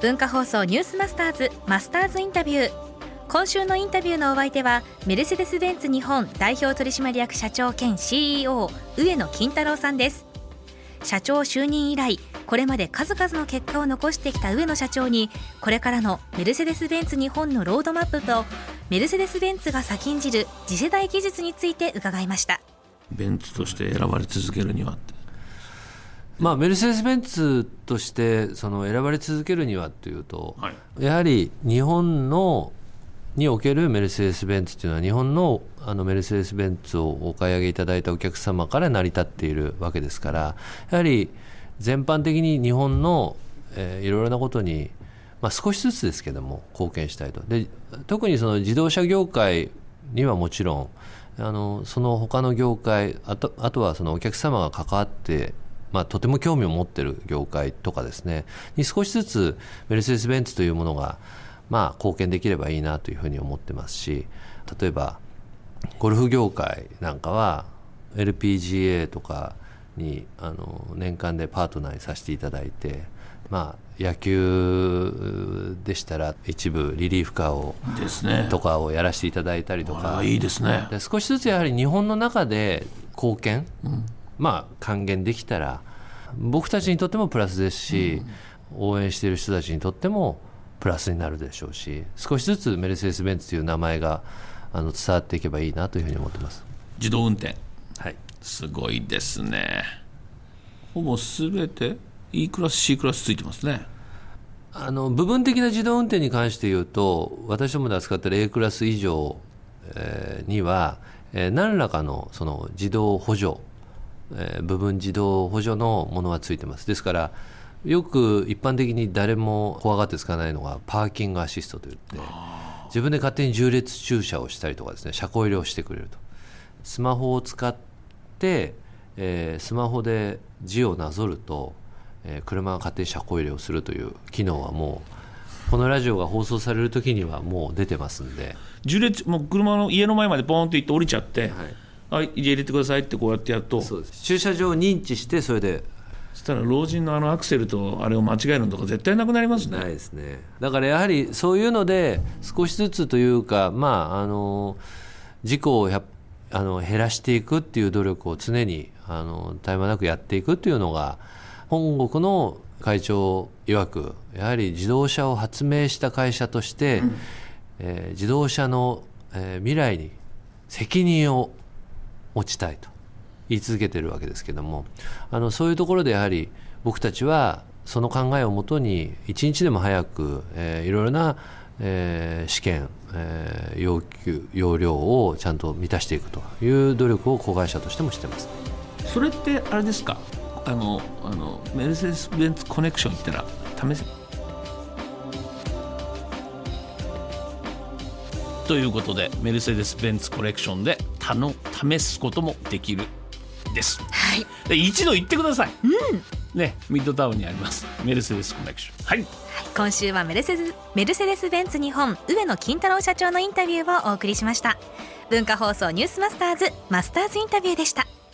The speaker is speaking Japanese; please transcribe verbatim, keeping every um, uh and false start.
文化放送ニュースマスターズマスターズインタビュー。今週のインタビューのお相手はメルセデスベンツ日本代表取締役社長兼 シーイーオー 上野金太郎さんです。社長就任以来、これまで数々の結果を残してきた上野社長に、これからのメルセデスベンツ日本のロードマップとメルセデスベンツが先んじる次世代技術について伺いました。 ベンツとして選ばれ続けるにはって、 まあ、メルセデス・ベンツとしてその選ばれ続けるにはというと、はい、やはり日本のにおけるメルセデス・ベンツというのは日本 の, あのメルセデス・ベンツをお買い上げいただいたお客様から成り立っているわけですから、やはり全般的に日本の、えー、いろいろなことに、まあ、少しずつですけども貢献したいと。で特にその自動車業界にはもちろんあのその他の業界、あ と, あとはそのお客様が関わってまあ、とても興味を持っている業界とかですねに少しずつメルセデス・ベンツというものが、まあ、貢献できればいいなというふうに思ってますし、例えばゴルフ業界なんかは エルピージーエー とかにあの年間でパートナーにさせていただいて、まあ、野球でしたら一部リリーフカーをですねとかをやらせていただいたりとか、 いいですね。 で少しずつやはり日本の中で貢献、 うんまあ、還元できたら僕たちにとってもプラスですし、うん、応援している人たちにとってもプラスになるでしょうし、少しずつメルセデス・ベンツという名前があの伝わっていけばいいなというふうに思っています。 自動運転、 はい、 すごいですね。ほぼすべて E クラス C クラスついてますね。 あの部分的な自動運転に関して言うと、私どもで扱っている A クラス以上、えー、には、えー、何らかのその自動補助、えー、部分自動補助のものはついてます。ですからよく一般的に誰も怖がって使わないのがパーキングアシストといって、自分で勝手に縦列駐車をしたりとかですね、車庫入れをしてくれると。スマホを使って、えー、スマホで字をなぞると、えー、車が勝手に車庫入れをするという機能はもうこのラジオが放送される時にはもう出てますんで、 縦列もう車の家の前までポーンと行って降りちゃって、はいはい、入れてくださいってこうやってやると、 そうです、駐車場を認知して、それでそしたら老人のあのアクセルとあれを間違えるのとか絶対なくなりますね。 ないですね。だからやはりそういうので少しずつというか、まあ、あの事故をやあの減らしていくっていう努力を常にあの絶え間なくやっていくっていうのが、本国の会長曰くやはり自動車を発明した会社として、うんえー、自動車の、えー、未来に責任を持ちたいと言い続けているわけですけども、あのそういうところでやはり僕たちはその考えをもとに一日でも早く、えー、いろいろな、えー、試験、えー、要求要領をちゃんと満たしていくという努力を子会社としてもしてます。 それってあれですか、あのあのメルセデス・ベンツコネクション行ったら試せということで、メルセデス・ベンツコレクションでたの試すこともできるです、 はい、 で一度行ってください、 うんね、ミッドタウンにありますメルセデスコネクション、はいはい、 今週はメルセデス、メルセデスベンツ日本上野金太郎社長のインタビューをお送りしました。文化放送ニュースマスターズマスターズインタビューでした。